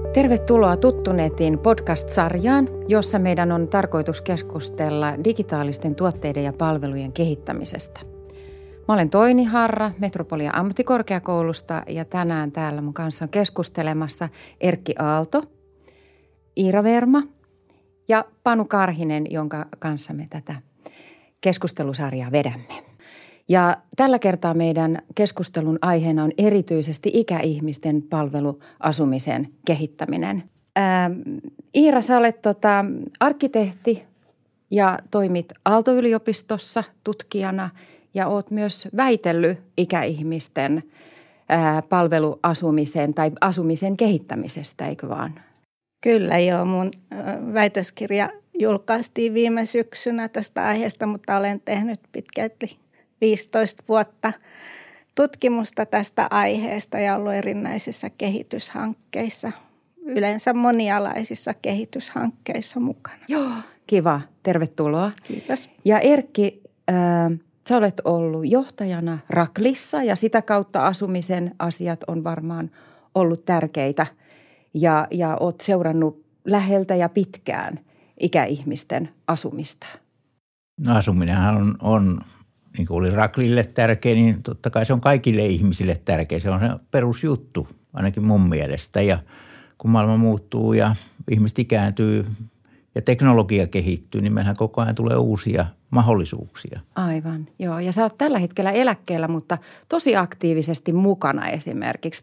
Tervetuloa Tuttunetin podcast-sarjaan, jossa meidän on tarkoitus keskustella digitaalisten tuotteiden ja palvelujen kehittämisestä. Mä olen Toini Harra Metropolia ammattikorkeakoulusta ja tänään täällä mun kanssa on keskustelemassa Erkki Aalto, Iira Verma ja Panu Karhinen, jonka kanssa me tätä keskustelusarjaa vedämme. Ja tällä kertaa meidän keskustelun aiheena on erityisesti ikäihmisten palveluasumisen kehittäminen. Iira, sä olet arkkitehti ja toimit Aalto-yliopistossa tutkijana ja oot myös väitellyt ikäihmisten palveluasumisen tai asumisen kehittämisestä, eikö vaan? Kyllä joo, mun väitöskirja julkaistiin viime syksynä tästä aiheesta, mutta olen tehnyt pitkälti 15 vuotta tutkimusta tästä aiheesta ja ollut erinäisissä kehityshankkeissa, yleensä monialaisissa kehityshankkeissa mukana. Joo, kiva. Tervetuloa. Kiitos. Ja Erkki, sä olet ollut johtajana Raklissa ja sitä kautta asumisen asiat on varmaan ollut tärkeitä ja oot seurannut läheltä ja pitkään ikäihmisten asumista. No asuminenhan on niin kuin oli Raklille tärkeä, niin totta kai se on kaikille ihmisille tärkeä. Se on se perusjuttu, ainakin mun mielestä. Ja kun maailma muuttuu ja ihmiset ikääntyy ja teknologia kehittyy, niin meillähän koko ajan tulee uusia mahdollisuuksia. Aivan, joo. Ja sä oot tällä hetkellä eläkkeellä, mutta tosi aktiivisesti mukana esimerkiksi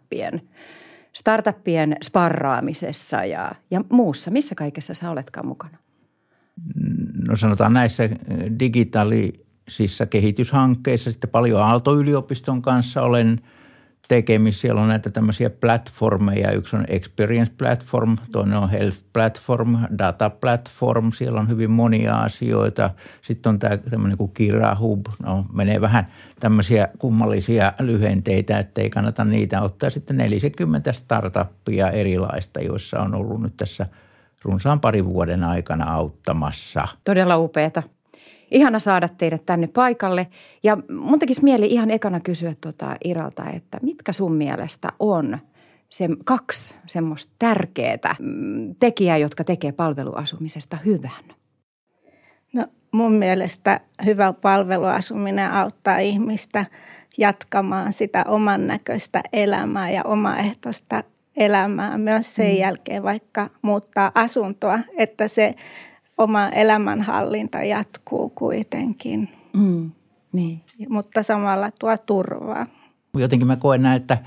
startuppien sparraamisessa ja muussa. Missä kaikessa sä oletkaan mukana? No sanotaan näissä digitaalisissa kehityshankkeissa. Sitten paljon Aalto-yliopiston kanssa olen tekemissä. Siellä on näitä tämmöisiä platformeja. Yksi on Experience Platform, toinen on Health Platform, Data Platform. Siellä on hyvin monia asioita. Sitten on tämmöinen kuin Kira Hub. No, menee vähän tämmöisiä kummallisia lyhenteitä, ettei kannata niitä ottaa. Sitten 40 startuppia erilaista, joissa on ollut nyt tässä runsaan parin vuoden aikana auttamassa. Todella upeata. Ihana saada teidät tänne paikalle. Ja mun tekisi mieli ihan ekana kysyä Iralta, että mitkä sun mielestä on kaksi semmoista tärkeää tekijää, jotka tekee palveluasumisesta hyvän? No mun mielestä hyvä palveluasuminen auttaa ihmistä jatkamaan sitä oman näköistä elämää ja omaehtoista elämää myös sen jälkeen, vaikka muuttaa asuntoa, että se oma elämänhallinta jatkuu kuitenkin, niin. mutta samalla tuo turvaa. Jotenkin mä koen näin, että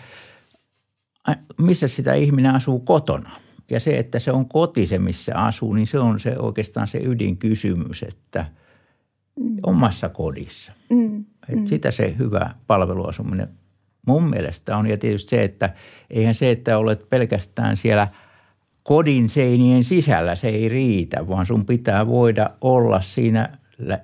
missä sitä ihminen asuu kotona ja se, että se on koti se, missä asuu, niin se on se oikeastaan se ydinkysymys, että omassa kodissa. Että sitä se hyvä palveluasuminen mun mielestä on ja tietysti se, että eihän se, että olet pelkästään siellä kodin seinien sisällä, se ei riitä, vaan sun pitää voida olla siinä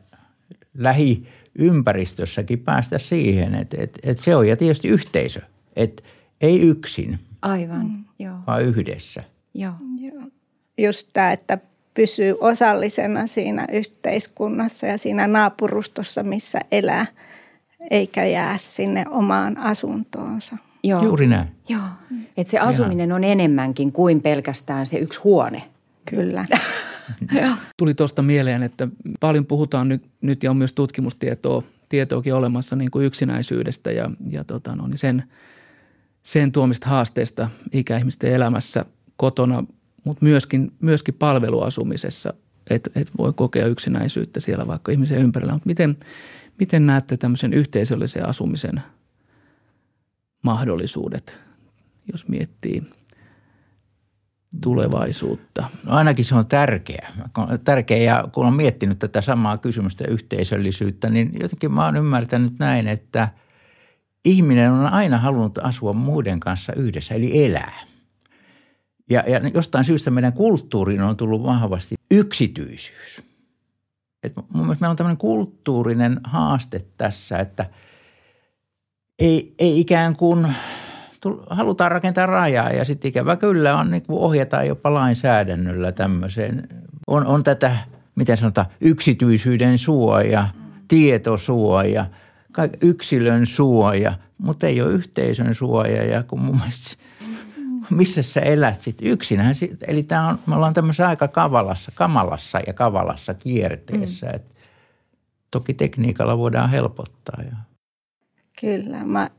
lähiympäristössäkin päästä siihen, että se on ja tietysti yhteisö, että ei yksin. Aivan, joo. Vaan yhdessä. Joo. Just tämä, että pysyy osallisena siinä yhteiskunnassa ja siinä naapurustossa, missä elää, eikä jää sinne omaan asuntoonsa. Joo. Juuri näin. Joo, että se asuminen on enemmänkin kuin pelkästään se yksi huone. Kyllä. Tuli tuosta mieleen, että paljon puhutaan nyt ja on myös tutkimustietoakin olemassa niin kuin yksinäisyydestä ja niin sen tuomista haasteista ikäihmisten elämässä kotona, mutta myöskin palveluasumisessa, että voi kokea yksinäisyyttä siellä vaikka ihmisen ympärillä. Mutta miten näette tämmöisen yhteisöllisen asumisen mahdollisuudet, jos miettii tulevaisuutta? No ainakin se on tärkeä ja kun olen miettinyt tätä samaa kysymystä yhteisöllisyyttä, niin jotenkin mä oon ymmärtänyt näin, että ihminen on aina halunnut asua muiden kanssa yhdessä, eli elää. Ja jostain syystä meidän kulttuuriin on tullut vahvasti yksityisyys. Et mun mielestä meillä on tämmöinen kulttuurinen haaste tässä, että ei ikään kuin halutaan rakentaa rajaa ja sitten ikävä kyllä on niin kuin ohjataan jopa lainsäädännöllä tämmöiseen. On tätä, miten sanotaan, yksityisyyden suoja, tietosuoja, yksilön suoja, mutta ei ole yhteisön suoja ja kun mun mielestä missä sä elät sitten yksinään. Eli me ollaan tämmöisessä aika kamalassa kierteessä. Toki tekniikalla voidaan helpottaa. Kyllä,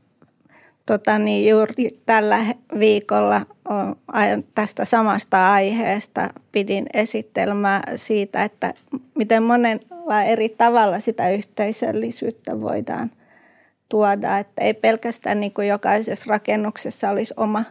juuri tällä viikolla tästä samasta aiheesta pidin esitelmää siitä, että miten monella eri tavalla sitä yhteisöllisyyttä voidaan tuoda. Että ei pelkästään niin kuin jokaisessa rakennuksessa olisi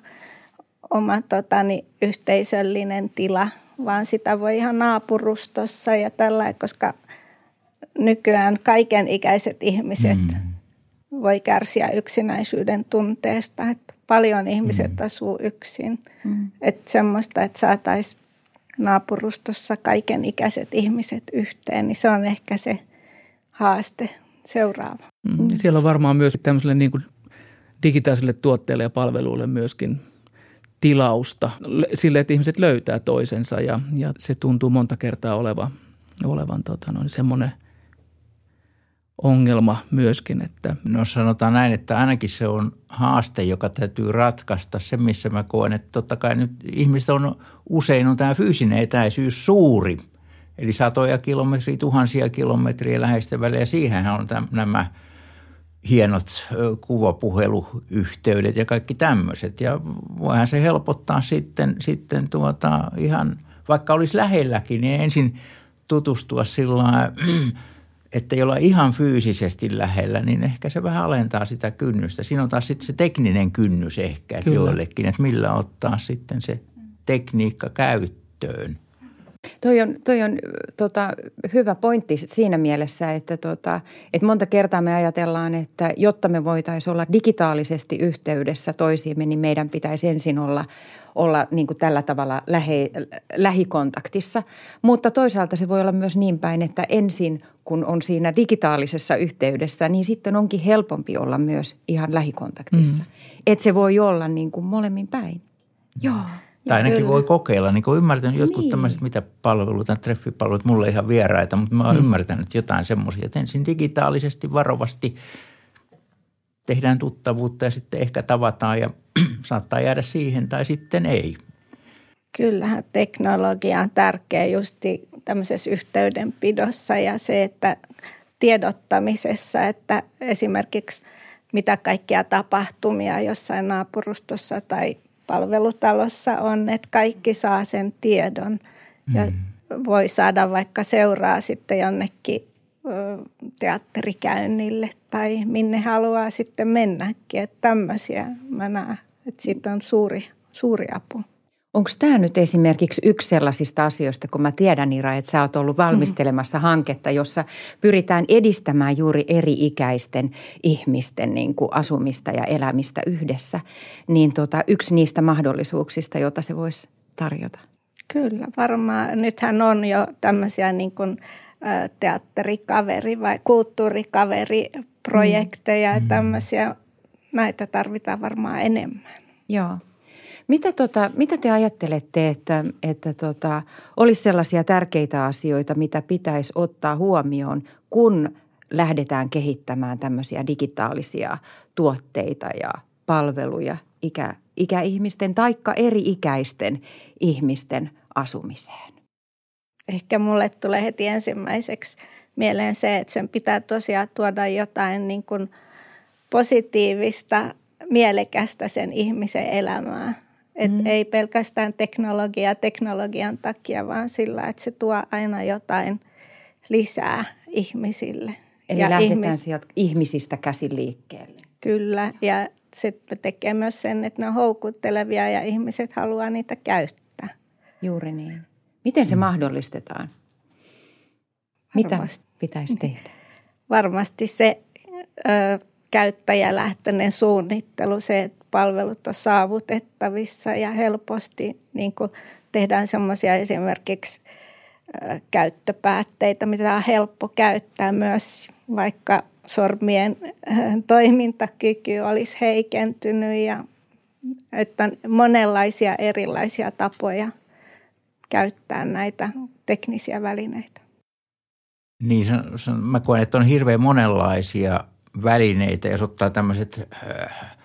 oma yhteisöllinen tila, vaan sitä voi ihan naapurustossa ja tällä, koska nykyään kaikenikäiset ihmiset voi kärsiä yksinäisyyden tunteesta. Että paljon ihmiset asuu yksin. Että semmoista, että saataisiin naapurustossa kaikenikäiset ihmiset yhteen, niin se on ehkä se haaste seuraava. Siellä on varmaan myös tämmöiselle niin kuin digitaalisille tuotteille ja palveluille myöskin tilausta sille, että ihmiset löytää toisensa ja se tuntuu monta kertaa olevan semmoinen ongelma myöskin. Että no sanotaan näin, että ainakin se on haaste, joka täytyy ratkaista. Se, missä mä koen, että totta kai nyt ihmiset usein on tämä fyysinen etäisyys suuri. Eli satoja kilometriä, tuhansia kilometriä läheistä välillä ja siihenhän on nämä hienot kuvapuheluyhteydet ja kaikki tämmöiset. Ja voihan se helpottaa sitten ihan, vaikka olisi lähelläkin, niin ensin tutustua sillä että ei olla ihan fyysisesti lähellä, niin ehkä se vähän alentaa sitä kynnystä. Siinä on taas sitten se tekninen kynnys ehkä että joillekin, että millä ottaa sitten se tekniikka käyttöön. Toi on hyvä pointti siinä mielessä, että monta kertaa me ajatellaan, että jotta me voitaisiin olla digitaalisesti yhteydessä toisiimme, niin meidän pitäisi ensin olla niin kuin tällä tavalla lähikontaktissa. Mutta toisaalta se voi olla myös niin päin, että ensin kun on siinä digitaalisessa yhteydessä, niin sitten onkin helpompi olla myös ihan lähikontaktissa. Että se voi olla niin kuin molemmin päin. Joo. Tai ainakin voi kokeilla, niin kuin ymmärtänyt jotkut tämmöiset, mitä palveluita, treffipalvelut, mulle ihan vieraita, mutta mä oon ymmärtänyt jotain semmoisia, että ensin digitaalisesti varovasti tehdään tuttavuutta ja sitten ehkä tavataan ja saattaa jäädä siihen tai sitten ei. Kyllähän teknologia on tärkeä justi tämmöisessä yhteydenpidossa ja se, että tiedottamisessa, että esimerkiksi mitä kaikkia tapahtumia jossain naapurustossa tai palvelutalossa on, että kaikki saa sen tiedon ja voi saada vaikka seuraa sitten jonnekin teatterikäynnille tai minne haluaa sitten mennäkin. Että tämmöisiä mä näen, että siitä on suuri apu. Onko tämä nyt esimerkiksi yksi sellaisista asioista, kun mä tiedän, Ira, että sä oot ollut valmistelemassa hanketta, jossa pyritään edistämään juuri eri-ikäisten ihmisten niin kuin asumista ja elämistä yhdessä, niin yksi niistä mahdollisuuksista, jota se voisi tarjota? Kyllä, varmaan. Nythän on jo tämmöisiä niin kuin teatterikaveri- vai kulttuurikaveriprojekteja ja tämmöisiä. Näitä tarvitaan varmaan enemmän. Joo. Mitä te ajattelette, että olisi sellaisia tärkeitä asioita, mitä pitäisi ottaa huomioon, kun lähdetään kehittämään tämmöisiä digitaalisia tuotteita ja palveluja ikäihmisten taikka eri-ikäisten ihmisten asumiseen? Ehkä mulle tulee heti ensimmäiseksi mieleen se, että sen pitää tosiaan tuoda jotain niin kuin positiivista, mielekästä sen ihmisen elämään. Että ei pelkästään teknologian takia, vaan sillä, että se tuo aina jotain lisää ihmisille. Eli ja lähdetään sieltä ihmisistä käsin liikkeelle. Kyllä, ja se tekee myös sen, että ne on houkuttelevia ja ihmiset haluaa niitä käyttää. Juuri niin. Miten se mahdollistetaan? Mitä pitäisi tehdä? Varmasti se käyttäjälähtöinen suunnittelu, se, että palvelut on saavutettavissa ja helposti niin kuin tehdään semmoisia esimerkiksi käyttöpäätteitä, mitä on helppo käyttää myös, vaikka sormien toimintakyky olisi heikentynyt ja että on monenlaisia erilaisia tapoja käyttää näitä teknisiä välineitä. Niin, mä koen, että on hirveän monenlaisia välineitä, jos ottaa tämmöiset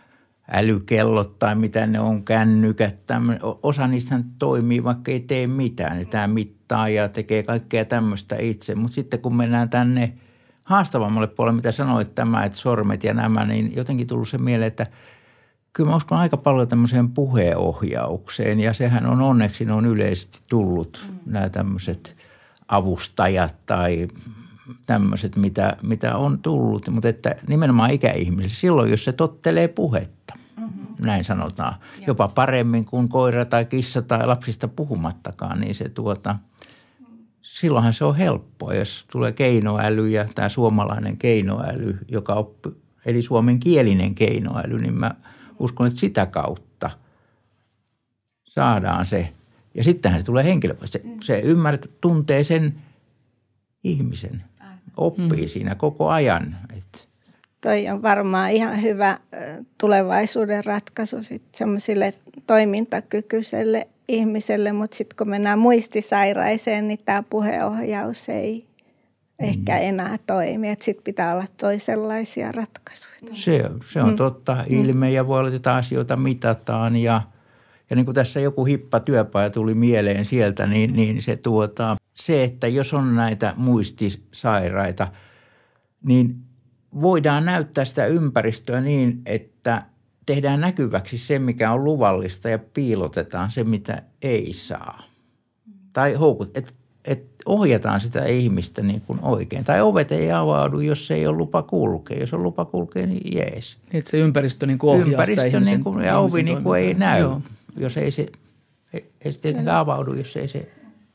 älykellot tai mitä ne on, kännykät. Osa niistä toimii, vaikka ei tee mitään. Ne tämä mittaa ja tekee kaikkea tämmöistä itse. Mutta sitten kun mennään tänne haastavammalle puolelle, mitä sanoit että sormet ja nämä, niin jotenkin tullut se mieleen, että kyllä mä uskon aika paljon tämmöiseen puheenohjaukseen ja sehän on onneksi ne on yleisesti tullut nämä tämmöiset avustajat tai tämmöiset, mitä on tullut, mutta että nimenomaan ikäihmisille silloin, jos se tottelee puhetta, näin sanotaan, jopa paremmin kuin koira tai kissa tai lapsista puhumattakaan, niin se silloinhan se on helppoa, jos tulee keinoäly ja tämä suomalainen keinoäly, eli suomenkielinen keinoäly, niin mä uskon, että sitä kautta saadaan se. Ja sittenhän se tulee henkilökohtaisesti. Se tuntee sen ihmisen, oppii siinä koko ajan. Toi on varmaan ihan hyvä tulevaisuuden ratkaisu semmoiselle toimintakykyiselle ihmiselle, mutta sitten kun mennään muistisairaiseen, niin tämä puheenohjaus ei ehkä enää toimi. Sitten pitää olla toisenlaisia ratkaisuja. Se on totta. Ilmejä voi olla, että asioita mitataan ja niin kuin tässä joku hippatyöpaja tuli mieleen sieltä, niin se, että jos on näitä muistisairaita, niin voidaan näyttää sitä ympäristöä niin, että tehdään näkyväksi se, mikä on luvallista ja piilotetaan se, mitä ei saa. Tai että ohjataan sitä ihmistä niin kuin oikein. Tai ovet ei avaudu, jos ei ole lupa kulkea. Jos on lupa kulkea, niin jees. Että se ympäristö niin kuin ohjaa ympäristö sitä ihmisen, niin kuin, ja ovi niin kuin ei näy. Joo. Jos ei se tietenkään avaudu, jos ei se.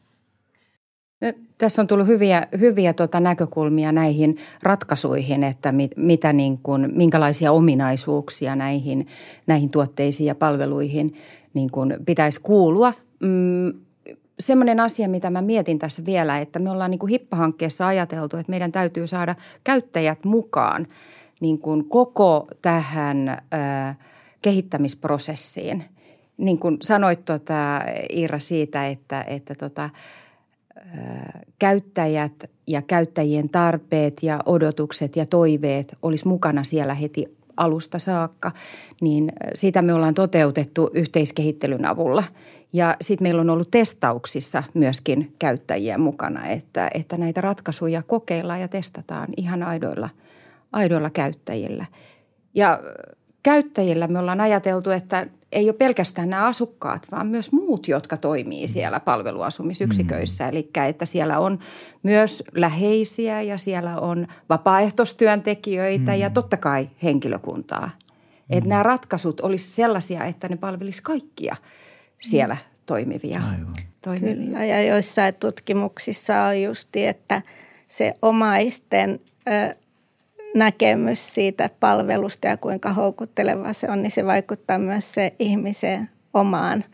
Tässä on tullut hyviä näkökulmia näihin ratkaisuihin, että mitä minkälaisia ominaisuuksia näihin tuotteisiin ja palveluihin niin kuin pitäisi kuulua. Semmoinen asia, mitä mä mietin tässä vielä, että me ollaan niin kuin Hippa-hankkeessa ajateltu, että meidän täytyy saada käyttäjät mukaan niin kuin koko tähän kehittämisprosessiin. Niin kuin sanoit Iira siitä, että käyttäjät ja käyttäjien tarpeet ja odotukset ja toiveet olisi mukana siellä heti alusta saakka, niin sitä me ollaan toteutettu yhteiskehittelyn avulla. Ja sitten meillä on ollut testauksissa myöskin käyttäjiä mukana, että näitä ratkaisuja kokeillaan ja testataan ihan aidoilla käyttäjillä. Ja käyttäjillä me ollaan ajateltu, että ei ole pelkästään nämä asukkaat, vaan myös muut, jotka toimii siellä palveluasumisyksiköissä. Eli että siellä on myös läheisiä ja siellä on vapaaehtoistyöntekijöitä ja totta kai henkilökuntaa. Että nämä ratkaisut olisi sellaisia, että ne palvelisi kaikkia siellä toimivia. Kyllä, ja joissain tutkimuksissa on justi, että se omaisten näkemys siitä palvelusta ja kuinka houkutteleva se on, niin se vaikuttaa myös se ihmisen omaan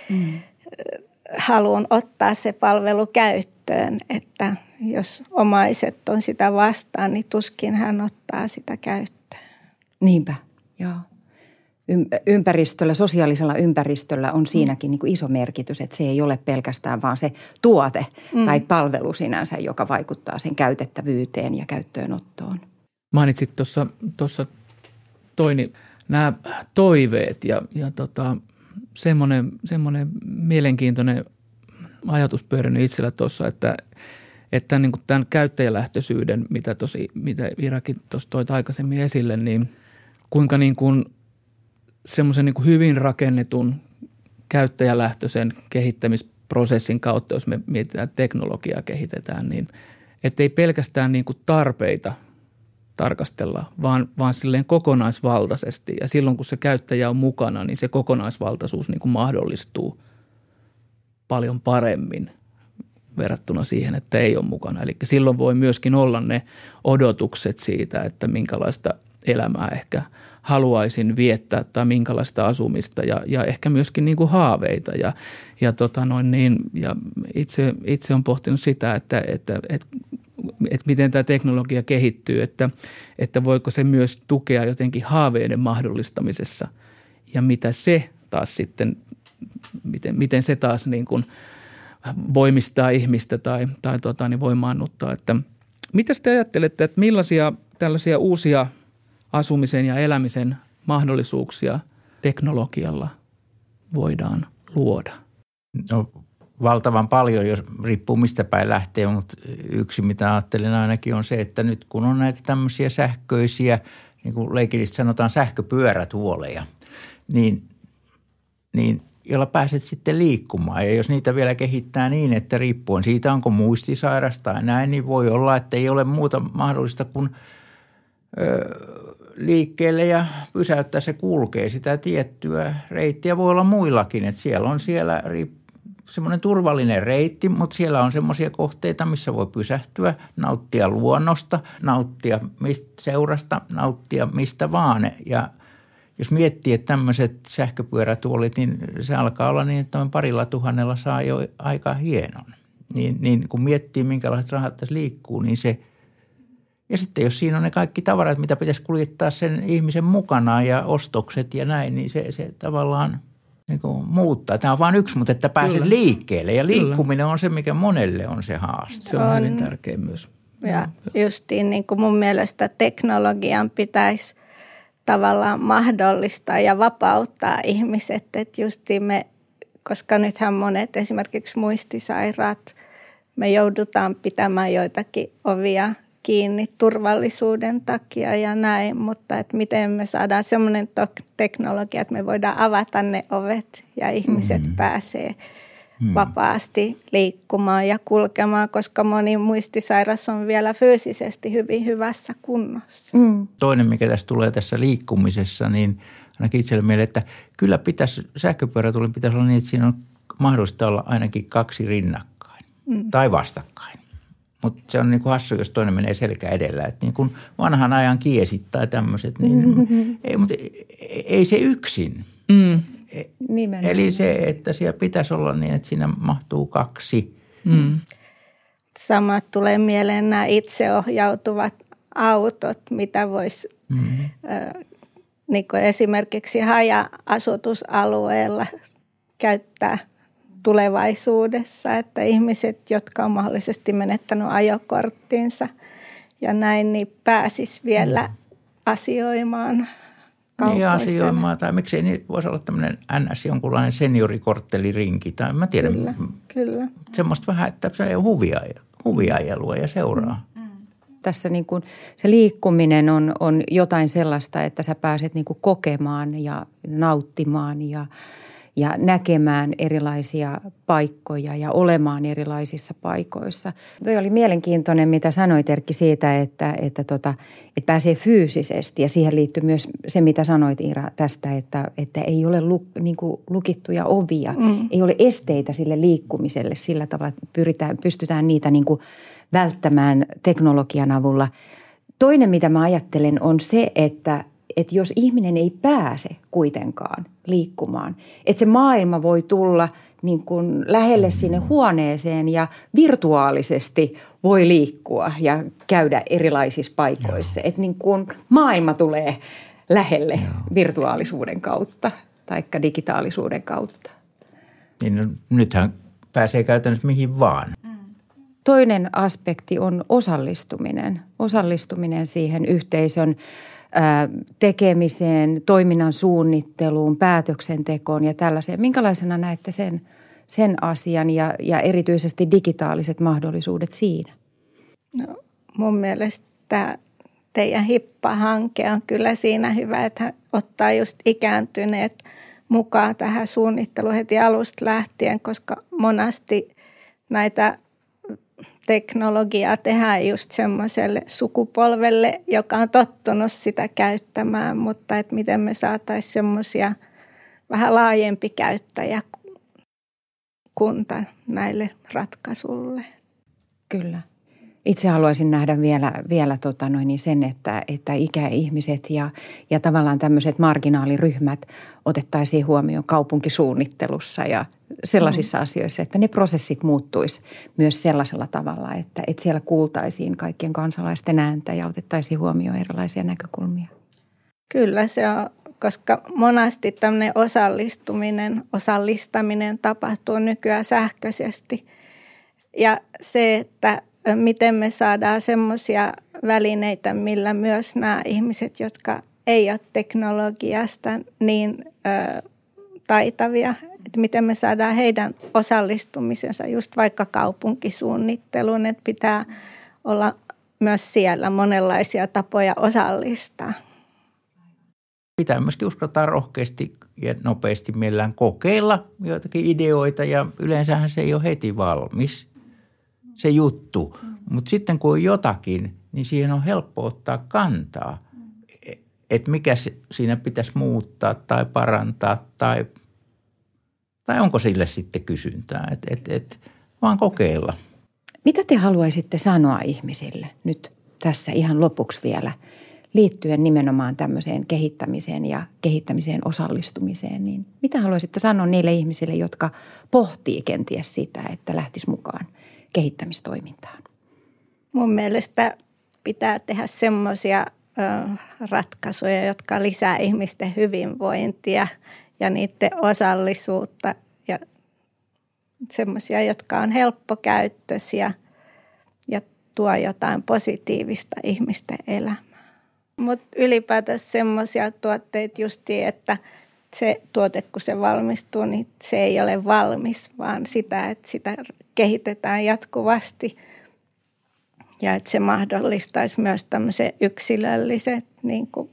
haluun ottaa se palvelu käyttöön. Että jos omaiset on sitä vastaan, niin tuskin hän ottaa sitä käyttöön. Niinpä, joo. Ympäristöllä, sosiaalisella ympäristöllä on siinäkin niin kuin iso merkitys, että se ei ole pelkästään vaan se tuote tai palvelu sinänsä, joka vaikuttaa sen käytettävyyteen ja käyttöönottoon. Mainitsit tuossa Toini nämä toiveet ja semmoinen mielenkiintoinen ajatus pyörinyt itsellä tuossa, että niin kuin tämän käyttäjälähtöisyyden, mitä Iirakin tuossa toit aikaisemmin esille, niin kuinka niin kuin semmoisen niin kuin hyvin rakennetun käyttäjälähtöisen kehittämisprosessin kautta, jos me mietitään teknologiaa kehitetään, niin ettei pelkästään niin kuin tarpeita tarkastella, vaan silleen kokonaisvaltaisesti. Ja silloin, kun se käyttäjä on mukana, niin se kokonaisvaltaisuus niin kuin mahdollistuu paljon paremmin verrattuna siihen, että ei ole mukana. Eli silloin voi myöskin olla ne odotukset siitä, että minkälaista elämää ehkä haluaisin viettää tai minkälaista asumista ja ehkä myöskin niin kuin haaveita. Ja itse on pohtinut sitä, että miten tämä teknologia kehittyy, että voiko se myös tukea jotenkin haaveiden mahdollistamisessa ja mitä se taas sitten, miten se taas niin kuin voimistaa ihmistä tai voimaannuttaa. Että mitä te ajattelette, että millaisia tällaisia uusia asumisen ja elämisen mahdollisuuksia teknologialla voidaan luoda? No, valtavan paljon, jos riippuu mistä päin lähtee, mutta yksi mitä ajattelen ainakin on se, että nyt kun on näitä tämmöisiä sähköisiä, niin kuin leikillisesti sanotaan sähköpyörätuoleja, niin jolla pääset sitten liikkumaan. Ja jos niitä vielä kehittää niin, että riippuen siitä, onko muistisairas tai näin, niin voi olla, että ei ole muuta mahdollista kuin liikkeelle ja pysäyttää se kulkee sitä tiettyä reittiä. Voi olla muillakin, että siellä on semmoinen turvallinen reitti, mutta siellä on semmoisia kohteita, missä voi pysähtyä, nauttia luonnosta, nauttia seurasta, nauttia mistä vaan. Ja jos miettii, että tämmöiset sähköpyörätuolit, niin se alkaa olla niin, että noin 2,000 saa jo aika hienon. Niin kun miettii, minkälaiset rahat tässä liikkuu, niin se – ja sitten jos siinä on ne kaikki tavarat, mitä pitäisi kuljettaa sen ihmisen mukanaan ja ostokset ja näin, niin se tavallaan niin kuin muuttaa. Tämä on vain yksi, mutta että pääset liikkeelle ja liikkuminen on se, mikä monelle on se haaste. Se on hyvin tärkeä myös. Ja justiin niin kuin mun mielestä teknologian pitäisi tavallaan mahdollistaa ja vapauttaa ihmiset, että justiin koska nythän monet esimerkiksi muistisairaat, me joudutaan pitämään joitakin ovia kiinni turvallisuuden takia ja näin, mutta että miten me saadaan semmoinen teknologia, että me voidaan avata ne ovet ja ihmiset pääsee vapaasti liikkumaan ja kulkemaan, koska moni muistisairas on vielä fyysisesti hyvin hyvässä kunnossa. Toinen, mikä tässä tulee tässä liikkumisessa, niin ainakin itselle mieleen, että kyllä sähköpyörätuolin pitäisi olla niin, että siinä on mahdollista olla ainakin 2 rinnakkain tai vastakkain. Mutta se on niin kuin hassu, jos toinen menee selkä edellä. Että niin kuin vanhan ajan kiesit tai tämmöiset, niin ei se yksin. Eli se, että siellä pitäisi olla niin, että siinä mahtuu 2. Samat tulee mieleen nämä itseohjautuvat autot, mitä voisi niin kuin esimerkiksi haja-asutusalueella käyttää tulevaisuudessa, että ihmiset, jotka on mahdollisesti menettänyt ajokorttinsa ja näin, niin pääsis vielä asioimaan kaupoissa. Niin asioimaan, tai miksei niin voisi olla tämmöinen NS jonkunlainen seniorikorttelirinki, tai mä tiedän. Kyllä. Semmoista vähän, että se on huviajelua ja seuraa. Tässä niin kuin se liikkuminen on jotain sellaista, että sä pääset niin kuin kokemaan ja nauttimaan ja näkemään erilaisia paikkoja ja olemaan erilaisissa paikoissa. Toi oli mielenkiintoinen, mitä sanoit Erkki siitä, että pääsee fyysisesti ja siihen liittyy myös se, mitä sanoit Iira tästä, että ei ole niin kuin lukittuja ovia, ei ole esteitä sille liikkumiselle sillä tavalla, että pystytään niitä niin kuin välttämään teknologian avulla. Toinen, mitä mä ajattelen, on se, että jos ihminen ei pääse kuitenkaan liikkumaan, että se maailma voi tulla niin kuin lähelle sinne huoneeseen ja virtuaalisesti voi liikkua ja käydä erilaisissa paikoissa. Että niin kuin maailma tulee lähelle virtuaalisuuden kautta tai digitaalisuuden kautta. Niin nythän pääsee käytännössä mihin vaan. Toinen aspekti on osallistuminen. Osallistuminen siihen yhteisön tekemiseen, toiminnan suunnitteluun, päätöksentekoon ja tällaiseen. Minkälaisena näette sen asian ja erityisesti digitaaliset mahdollisuudet siinä? No, mun mielestä teidän HIPPA-hanke on kyllä siinä hyvä, että ottaa just ikääntyneet mukaan tähän suunnitteluun heti alusta lähtien, koska monasti näitä teknologiaa tehdään just semmoiselle sukupolvelle, joka on tottunut sitä käyttämään, mutta että miten me saataisiin semmoisia vähän laajempi käyttäjäkunta näille ratkaisulle. Kyllä. Itse haluaisin nähdä vielä sen, että ikäihmiset ja tavallaan tämmöiset marginaaliryhmät otettaisiin huomioon kaupunkisuunnittelussa ja sellaisissa asioissa, että ne prosessit muuttuisi myös sellaisella tavalla, että siellä kuultaisiin kaikkien kansalaisten ääntä ja otettaisiin huomioon erilaisia näkökulmia. Kyllä se on, koska monasti tämmöinen osallistaminen tapahtuu nykyään sähköisesti ja se, että miten me saadaan semmoisia välineitä, millä myös nämä ihmiset, jotka ei ole teknologiasta niin taitavia, että miten me saadaan heidän osallistumisensa just vaikka kaupunkisuunnitteluun, että pitää olla myös siellä monenlaisia tapoja osallistaa. Pitää myöskin uskaltaa rohkeasti ja nopeasti mielellään kokeilla joitakin ideoita ja yleensähän se ei ole heti valmis se juttu. Mutta sitten kun on jotakin, niin siihen on helppo ottaa kantaa, että mikä siinä pitäisi muuttaa tai parantaa tai onko sille sitten kysyntää, että vaan kokeilla. Mitä te haluaisitte sanoa ihmisille nyt tässä ihan lopuksi vielä liittyen nimenomaan tämmöiseen kehittämiseen ja kehittämiseen osallistumiseen? Niin mitä haluaisitte sanoa niille ihmisille, jotka pohtii kenties sitä, että lähtisi mukaan kehittämistoimintaan? Mun mielestä pitää tehdä semmoisia ratkaisuja, jotka lisää ihmisten hyvinvointia ja niiden osallisuutta ja semmoisia, jotka on helppokäyttöisiä ja tuo jotain positiivista ihmisten elämään. Mutta ylipäätään semmoisia tuotteita justiin, että se tuote, kun se valmistuu, niin se ei ole valmis, vaan sitä, että sitä kehitetään jatkuvasti. Ja että se mahdollistaisi myös tämmöisen yksilölliset niin kuin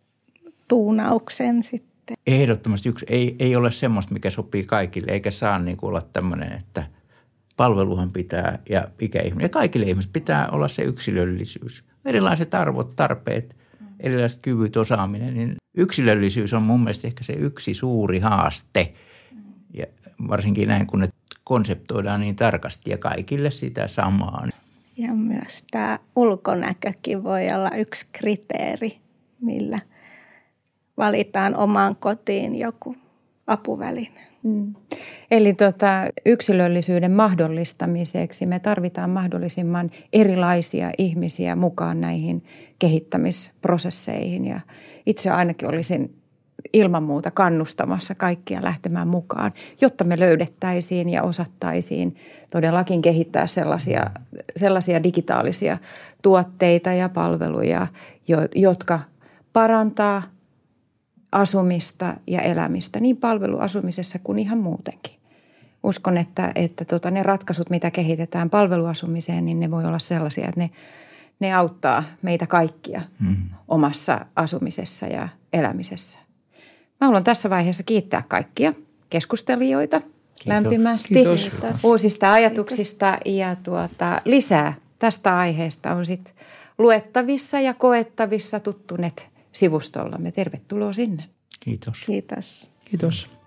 tuunauksen sitten. Ehdottomasti ei ole semmoista, mikä sopii kaikille, eikä saa niin kuin olla tämmöinen, että palveluhan pitää ja ikäihminen. Ja kaikille ihmisille pitää olla se yksilöllisyys. Erilaiset arvot, tarpeet, erilaiset kyvyt, osaaminen. Niin yksilöllisyys on mun mielestä ehkä se yksi suuri haaste. Ja varsinkin näin, kun ne konseptoidaan niin tarkasti ja kaikille sitä samaa. Ja myös tämä ulkonäkökin voi olla yksi kriteeri, millä valitaan omaan kotiin joku apuväline. Eli yksilöllisyyden mahdollistamiseksi me tarvitaan mahdollisimman erilaisia ihmisiä mukaan näihin kehittämisprosesseihin. Ja itse ainakin olisin ilman muuta kannustamassa kaikkia lähtemään mukaan, jotta me löydettäisiin ja osattaisiin todellakin kehittää sellaisia digitaalisia tuotteita ja palveluja, jotka parantaa asumista ja elämistä niin palveluasumisessa kuin ihan muutenkin. Uskon, että ne ratkaisut, mitä kehitetään palveluasumiseen, niin ne voi olla sellaisia, että ne auttaa meitä kaikkia omassa asumisessa ja elämisessä. Mä haluan tässä vaiheessa kiittää kaikkia keskustelijoita lämpimästi uusista ajatuksista ja lisää tästä aiheesta on sitten luettavissa ja koettavissa Tuttunet sivustollamme. Tervetuloa sinne. Kiitos. Kiitos. Kiitos.